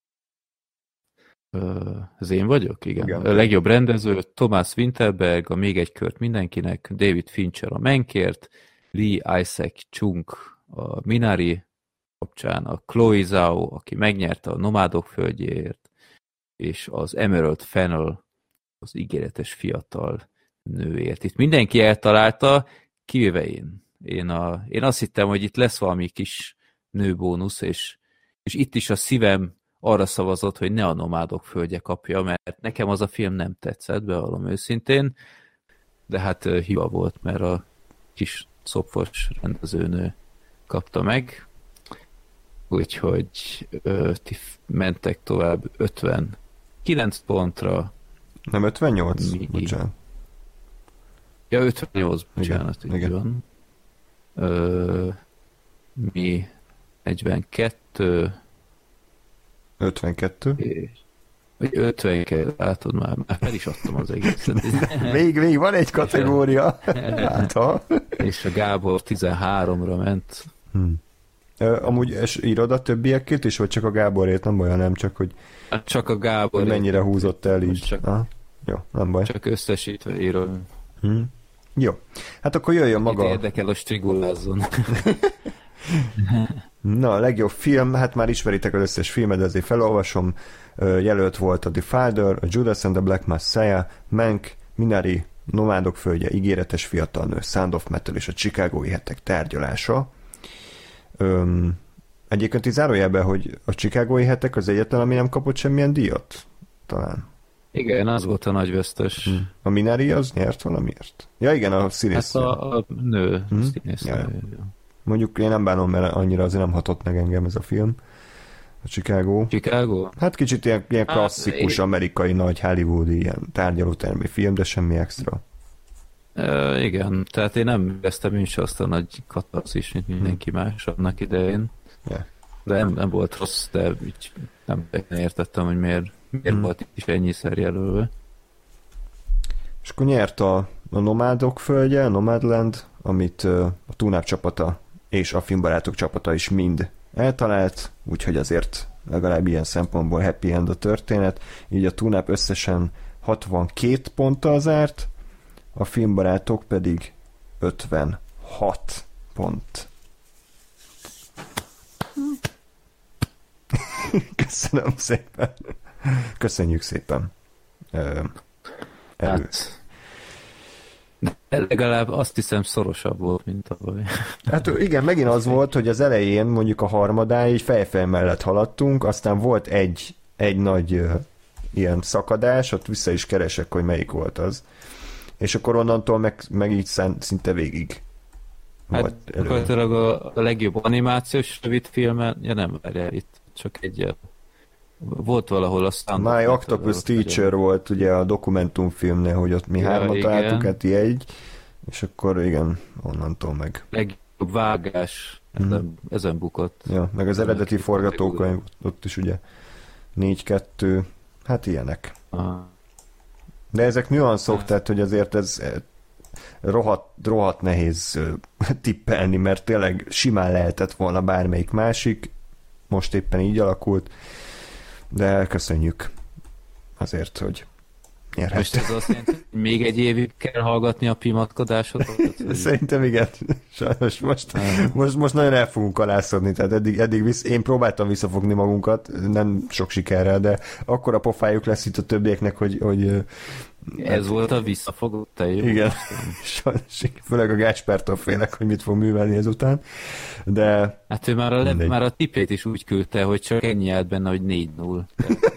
Az én vagyok? Igen. Igen. A legjobb rendező, Thomas Winterberg, a Még egy kört mindenkinek, David Fincher a Mankért, Lee Isaac Chung a Minari kapcsán, a Chloe Zhao, aki megnyerte a Nomádok földjéért, és az Emerald Fennell, az ígéretes fiatal nőért. Itt mindenki eltalálta, kivéve én. Én, a, én azt hittem, hogy itt lesz valami kis nőbónusz, és, és itt is a szívem arra szavazott, hogy ne a Nomádok földje kapja, mert nekem az a film nem tetszett, bevallom őszintén, de hát uh, hiba volt, mert a kis szopfos rendezőnő kapta meg, úgyhogy uh, ti mentek tovább ötvenkilenc pontra. Nem ötvennyolc? Mi... Bocsánat. Ja, ötvennyolc, bocsánat, igen, így igen. van. Uh, mi negyvenkettő ötvenkettő. Vagy ötvenkettő, látod már, már fel is adtam az egészet. még, még van egy kategória. Hát, ha. És a Gábor tizenháromra ment. Hmm. Amúgy és írod a többiekét is, vagy csak a Gáborért? Nem baj, nem csak, hogy, csak a Gábor hogy mennyire húzott el így. Csak, ah, jó, nem baj. Csak összesítve írom. Hmm. Jó. Hát akkor jöjjön maga. Itt érdekel, a strigulázzon. Na, a legjobb film, hát már ismeritek az összes filmet, de azért felolvasom. Jelölt volt a The Father, a Judas and the Black Messiah, Mank, Minari, Nomádok földje, ígéretes fiatal nő, Sound of Metal és a Chicagói hetek tárgyalása. Öm, Egyébként így zárójelben, hogy a Chicagói hetek az egyetlen, ami nem kapott semmilyen díjat? Talán. Igen, az volt a nagy vesztes. Hmm. A Minari az nyert valamiért? Ja igen, a színész. Hát a, a nő, hmm? színész. Ja, ja. Mondjuk én nem bánom, mert annyira azért nem hatott meg engem ez a film. A Chicago. Chicago? Hát kicsit ilyen, ilyen klasszikus, hát, amerikai, nagy hollywoodi, ilyen tárgyalótermi film, de semmi extra. Uh, igen, tehát én nem éreztem én se azt a nagy katarzis, mint mindenki hmm. más annak idején. Yeah. De nem, nem volt rossz, de így nem értettem, hogy miért, miért hmm. volt is ennyiszer jelölve. És akkor nyert a, a Nomádok földje, a Nomadland, amit uh, a Túnáp csapata és a Filmbarátok csapata is mind eltalált, úgyhogy azért legalább ilyen szempontból happy end a történet. Így a Túnáp összesen hatvankét ponttal zárt, a Filmbarátok pedig ötvenhat pont. Köszönöm szépen. Köszönjük szépen. Ö, hát, legalább azt hiszem szorosabb volt, mint tavaly. Hát igen, megint az volt, hogy az elején mondjuk a harmadáig fejfej mellett haladtunk, aztán volt egy, egy nagy ö, ilyen szakadás, ott vissza is keresek, hogy melyik volt az. És akkor onnantól meg, meg így szinte végig. Hát gyakorlatilag a, a legjobb animációs rövid filmen, ja nem, várjál, itt csak egy volt valahol a Sound My Octopus Teacher ugye. Volt ugye a dokumentumfilmnél, hogy ott mi ja, hármat találtuk, hát egy, és akkor igen, onnantól meg. Legjobb vágás, ezen, mm. ezen bukott. Ja, meg az eredeti forgatókönyv, ott is ugye négy kettő, hát ilyenek. Aha. De ezek nüanszok, hát. Tehát hogy azért ez rohadt, rohadt nehéz tippelni, mert tényleg simán lehetett volna bármelyik másik, most éppen így alakult, de köszönjük azért, hogy nyerhet. Most ez azt jelenti, hogy még egy évig kell hallgatni a pimatkodásodat? Szerintem igen. Sajnos most, most, most nagyon el fogunk alászodni, tehát eddig, eddig visz, én próbáltam visszafogni magunkat, nem sok sikerrel, de akkora pofájuk lesz itt a többieknek, hogy, hogy ez hát, volt a visszafogott tejű. Igen, sajnos, főleg a Gáspártól félek, hogy mit fog művelni ezután, de... Hát ő már a, le, már a tippét is úgy küldte, hogy csak ennyi állt benne, hogy négy null.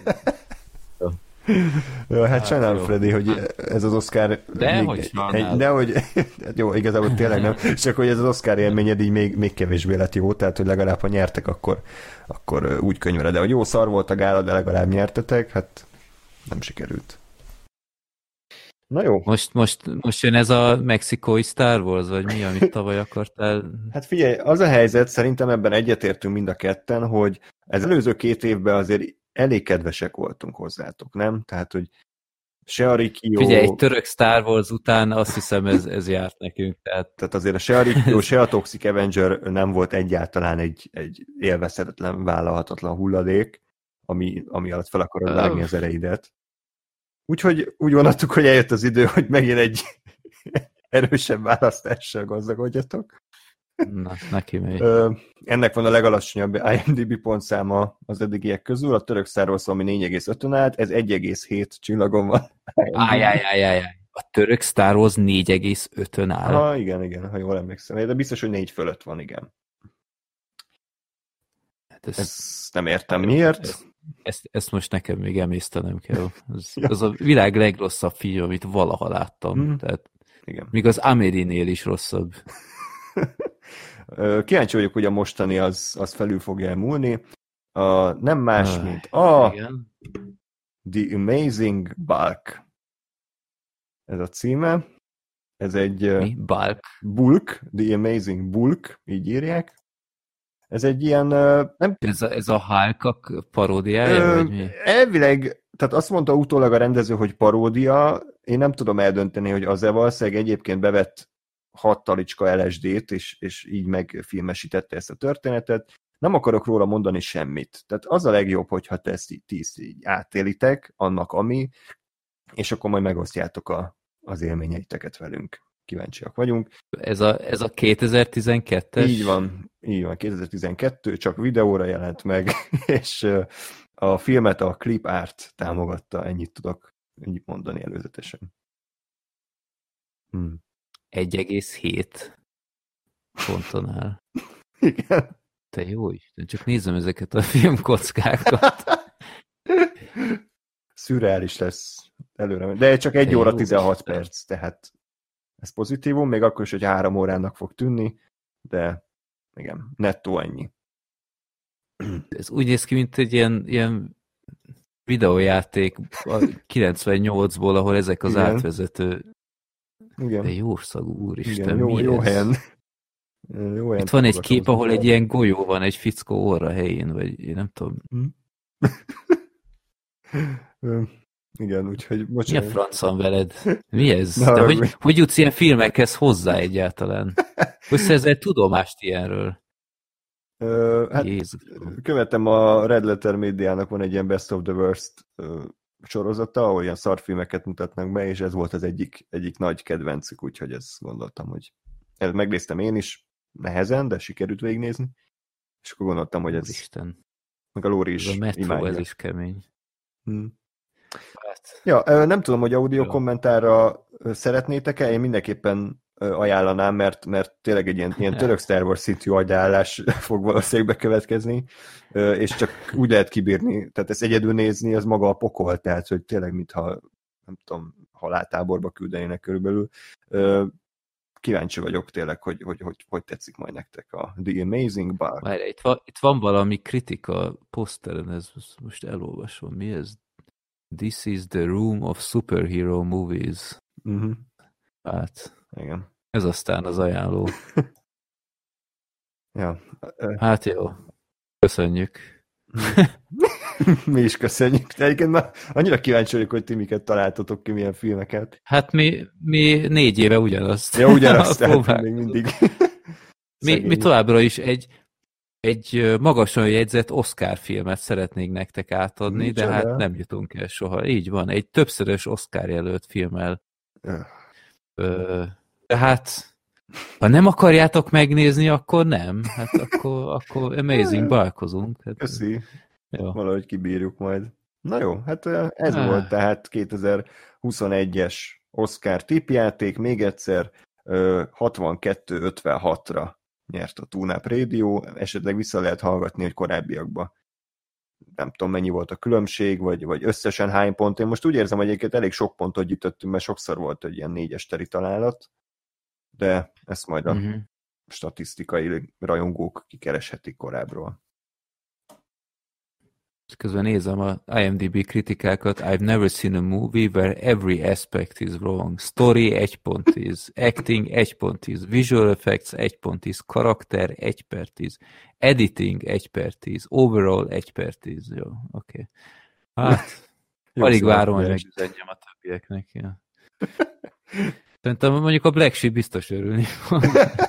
Jó, hát, hát sajnálom, Freddy, hogy ez az Oscar... De hogy egy, de hogy... Jó, igazából tényleg nem. Csak hogy ez az Oscar élményed így még, még kevésbé lett jó, tehát hogy legalább ha nyertek, akkor, akkor úgy könyvre. De hogy jó szar volt a gála, de legalább nyertetek, hát nem sikerült. Na jó. Most, most, most jön ez a mexikói Star Wars, vagy mi, amit tavaly akartál? Hát figyelj, az a helyzet, szerintem ebben egyetértünk mind a ketten, hogy ez előző két évben azért elég kedvesek voltunk hozzátok, nem? Tehát, hogy se a Rikio... Figyelj, egy török Star Wars után azt hiszem ez, ez járt nekünk. Tehát, tehát azért a se a Rikio, se a Toxic Avenger nem volt egyáltalán egy, egy élvezhetetlen, vállalhatatlan hulladék, ami, ami alatt fel akarod vágni az ereidet. Úgyhogy úgy gondoltuk, hogy eljött az idő, hogy megint egy erősebb választással gazdagodjatok. Na, neki megy. Ennek van a legalacsonyabb IMDb pontszáma az eddigiek közül, a török Star Wars, ami négy egész ötön állt, ez egy egész hét csillagon van. Ájjájjájjájjáj. A török Star Wars négy egész ötön áll. Ha, igen, igen, ha jól emlékszem. De biztos, hogy négy fölött van, igen. Hát ez... Ezt nem értem miért. Ez... Ezt, ezt most nekem még emésztenem kell. Ez, ez a világ legrosszabb film, amit valaha láttam. Hmm. Tehát, igen. Még az Amerinél is rosszabb. Kíváncsi vagyok, hogy a mostani az, az felül fogja múlni. A, nem más, ah, mint a igen. The Amazing Bulk. Ez a címe. Ez egy... Mi? Bulk? Bulk. The Amazing Bulk, így írják. Ez egy ilyen... Nem... Ez a, ez a Hulk paródiája, Ö, vagy mi? Elvileg, tehát azt mondta utólag a rendező, hogy paródia. Én nem tudom eldönteni, hogy az-e valószínűleg egyébként bevett hat talicska el es dét, és, és így megfilmesítette ezt a történetet. Nem akarok róla mondani semmit. Tehát az a legjobb, hogyha te ezt így, tíz, így átélitek, annak ami, és akkor majd megosztjátok a, az élményeiteket velünk. Kíváncsiak vagyunk. Ez a, ez a kétezer-tizenkettes? Így van, így van, kétezer-tizenkettő, csak videóra jelent meg, és a filmet a Clip Art támogatta, ennyit tudok ennyit mondani előzetesen. Hmm. egy egész hét ponton áll. Igen. Te jó Isten, csak nézem ezeket a filmkockákat. Szürreális lesz előre. De csak egy óra tizenhat perc, tehát ez pozitívum, még akkor is, hogy három órának fog tűnni, de igen, nettó ennyi. Ez úgy néz ki, mint egy ilyen, ilyen videójáték a kilencvennyolcból, ahol ezek az igen. átvezető... Igen. De jó szagú, úristen, igen, jó, mi jó ez? helyen. Jó helyen. Itt van egy kép, ahol egy ilyen golyó van, egy fickó orra helyén, vagy én nem tudom. Igen, úgyhogy... Mi a franc van veled? Mi ez? De hogy, hogy jutsz ilyen filmekhez hozzá egyáltalán? Hogy szerzel tudomást ilyenről? Uh, hát Jézus. Követem a Red Letter Médiának van egy ilyen Best of the Worst uh, sorozata, ahol ilyen szarfilmeket mutatnak be, és ez volt az egyik, egyik nagy kedvencük, úgyhogy ezt gondoltam, hogy ezt megnéztem én is, nehezen, de sikerült végignézni, és akkor gondoltam, hogy ez... Isten. Meg a Lóri is ez a Metro, imádja. Ez is kemény. Hmm. Hát. Ja, nem tudom, hogy audio ja. kommentárra szeretnétek-e, én mindenképpen ajánlanám, mert, mert tényleg egy ilyen, ilyen török Star Wars szintű agyállás fog valószínűleg bekövetkezni, és csak úgy lehet kibírni, tehát ezt egyedül nézni, az maga a pokol, tehát hogy tényleg mintha, nem tudom, haláltáborba küldenének körülbelül. Kíváncsi vagyok tényleg, hogy hogy, hogy, hogy tetszik majd nektek a The Amazing Bug. Várj, itt, van, itt van valami kritika poszteren, ez most elolvasom, mi ez? This is the room of superhero movies. Uh-huh. Hát, igen. Ez aztán az ajánló. ja. Hát jó. Köszönjük. Mi is köszönjük. De egyébként már annyira kíváncsi vagyok, hogy ti miket találtatok ki, milyen filmeket. Hát mi, mi négy éve ugyanazt. Ja, ugyanazt, tehát még mindig. mi, mi továbbra is egy, egy magasan jegyzett Oscar filmet szeretnénk nektek átadni, Nincs de el. Hát nem jutunk el soha. Így van, egy többszörös Oscar jelölt filmmel. Öh. Ö, de hát ha nem akarjátok megnézni, akkor nem. Hát akkor, akkor Amazing Bugkozunk. Hát, köszi. Jó. Valahogy kibírjuk majd. Na jó, hát ez ah. volt tehát kétezer-huszonegyes Oscar tippjáték. Még egyszer hatvankettő ötvenhatra nyert a TuneUp Radio. Esetleg vissza lehet hallgatni, hogy korábbiakban nem tudom, mennyi volt a különbség, vagy, vagy összesen hány pont. Én most úgy érzem, hogy egyébként elég sok pontot gyűjtöttünk, mert sokszor volt egy ilyen négyes teri találat, de ezt majd a uh-huh. statisztikai rajongók kikereshetik korábbról. Közben nézem a IMDb kritikákat. I've never seen a movie where every aspect is wrong. Story egy pont tíz, acting egy pont tíz, visual effects egy pont tíz, karakter egy per tíz, editing egy per tíz, overall egy per tíz. Jó, oké. Okay. Hát, alig várom, hogy megüzenjem a többieknek. Ja. Szerintem mondjuk a Black Sheep biztos örülni fog.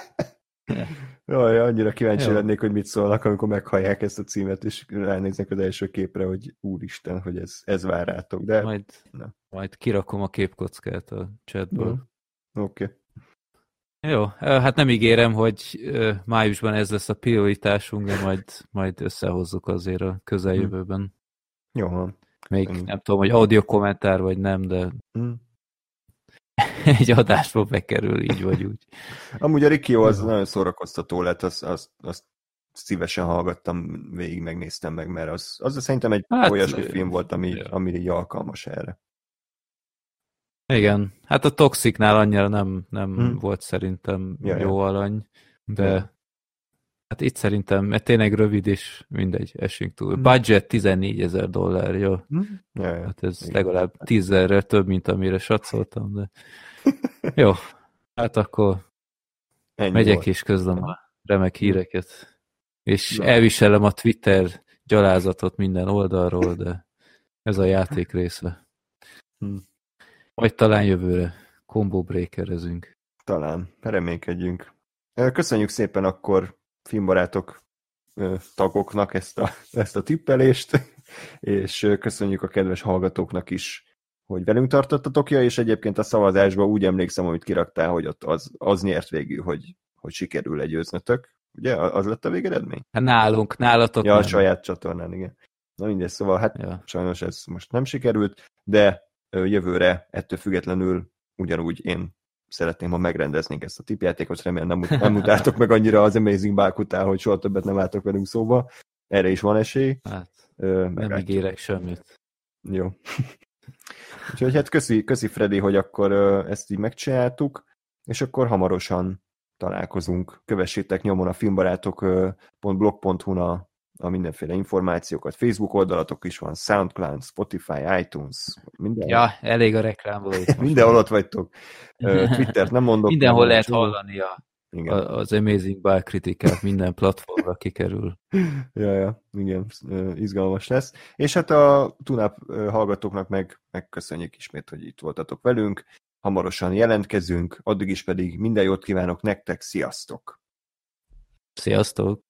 Jaj, annyira kíváncsi Jó. lennék, hogy mit szólnak, amikor meghallják ezt a címet, és ránéznek az első képre, hogy úristen, hogy ez, ez vár rátok. De majd, majd kirakom a képkockát a chatből. Oké. Okay. Jó, hát nem ígérem, hogy májusban ez lesz a prioritásunk, de majd, majd összehozzuk azért a közeljövőben. Jó van. Még Ennyi. Nem tudom, hogy audio kommentár vagy nem, de... Hmm. egy adásba bekerül, így vagy úgy. Amúgy a Rikio az nagyon szórakoztató lett, azt, azt, azt szívesen hallgattam, végig megnéztem meg, mert az, az szerintem egy hát, olyasmi film volt, ami, ja. ami így alkalmas erre. Igen, hát a Toxicnál annyira nem, nem hmm. volt szerintem ja, jó ja. alany, de ja. hát itt szerintem, mert tényleg rövid is, mindegy, esünk túl. Hmm. Budget tizennégyezer dollár, jó? Hmm. Ja, ja. Hát ez Igen. legalább tízezerrel több, mint amire satszoltam, de jó, hát akkor Ennyi megyek volt. És közlöm a remek híreket. És ja. elviselem a Twitter gyalázatot minden oldalról, de ez a játék része. Hmm. Majd talán jövőre combo breakerezünk. Talán, reménykedjünk. Köszönjük szépen akkor filmbarátok tagoknak ezt a, ezt a tippelést, és köszönjük a kedves hallgatóknak is, hogy velünk tartottatok, ja, és egyébként a szavazásban úgy emlékszem, amit kiraktál, hogy ott az, az nyert végül, hogy, hogy sikerül legyőznötök. Ugye? Az lett a végeredmény? Hát nálunk, nálatok Ja, nem. A saját csatornán, igen. Na mindegy, szóval hát ja. sajnos ez most nem sikerült, de jövőre ettől függetlenül ugyanúgy én szeretném, ha megrendeznénk ezt a tippjátékot, remélem nem, nem utáltok meg annyira az Amazing Bike után, hogy soha többet nem álltok velünk szóba. Erre is van esély. Hát, nem ígérek semmit. Jó. Úgyhogy hát köszi, köszi Freddy, hogy akkor ezt így megcsináltuk, és akkor hamarosan találkozunk. Kövessétek nyomon a filmbarátok pont blog pont hu-n a, a mindenféle információkat. Facebook oldalatok is van, SoundCloud, Spotify, iTunes, minden. Ja, elég a reklámból. Mindenhol ott vagytok. Twittert nem mondok. Mindenhol lehet hallani a, a, az Amazing Bike kritikát, minden platformra kikerül. Ja, ja, igen, izgalmas lesz. És hát a Tunap hallgatóknak meg megköszönjük ismét, hogy itt voltatok velünk. Hamarosan jelentkezünk, addig is pedig minden jót kívánok nektek, sziasztok! Sziasztok!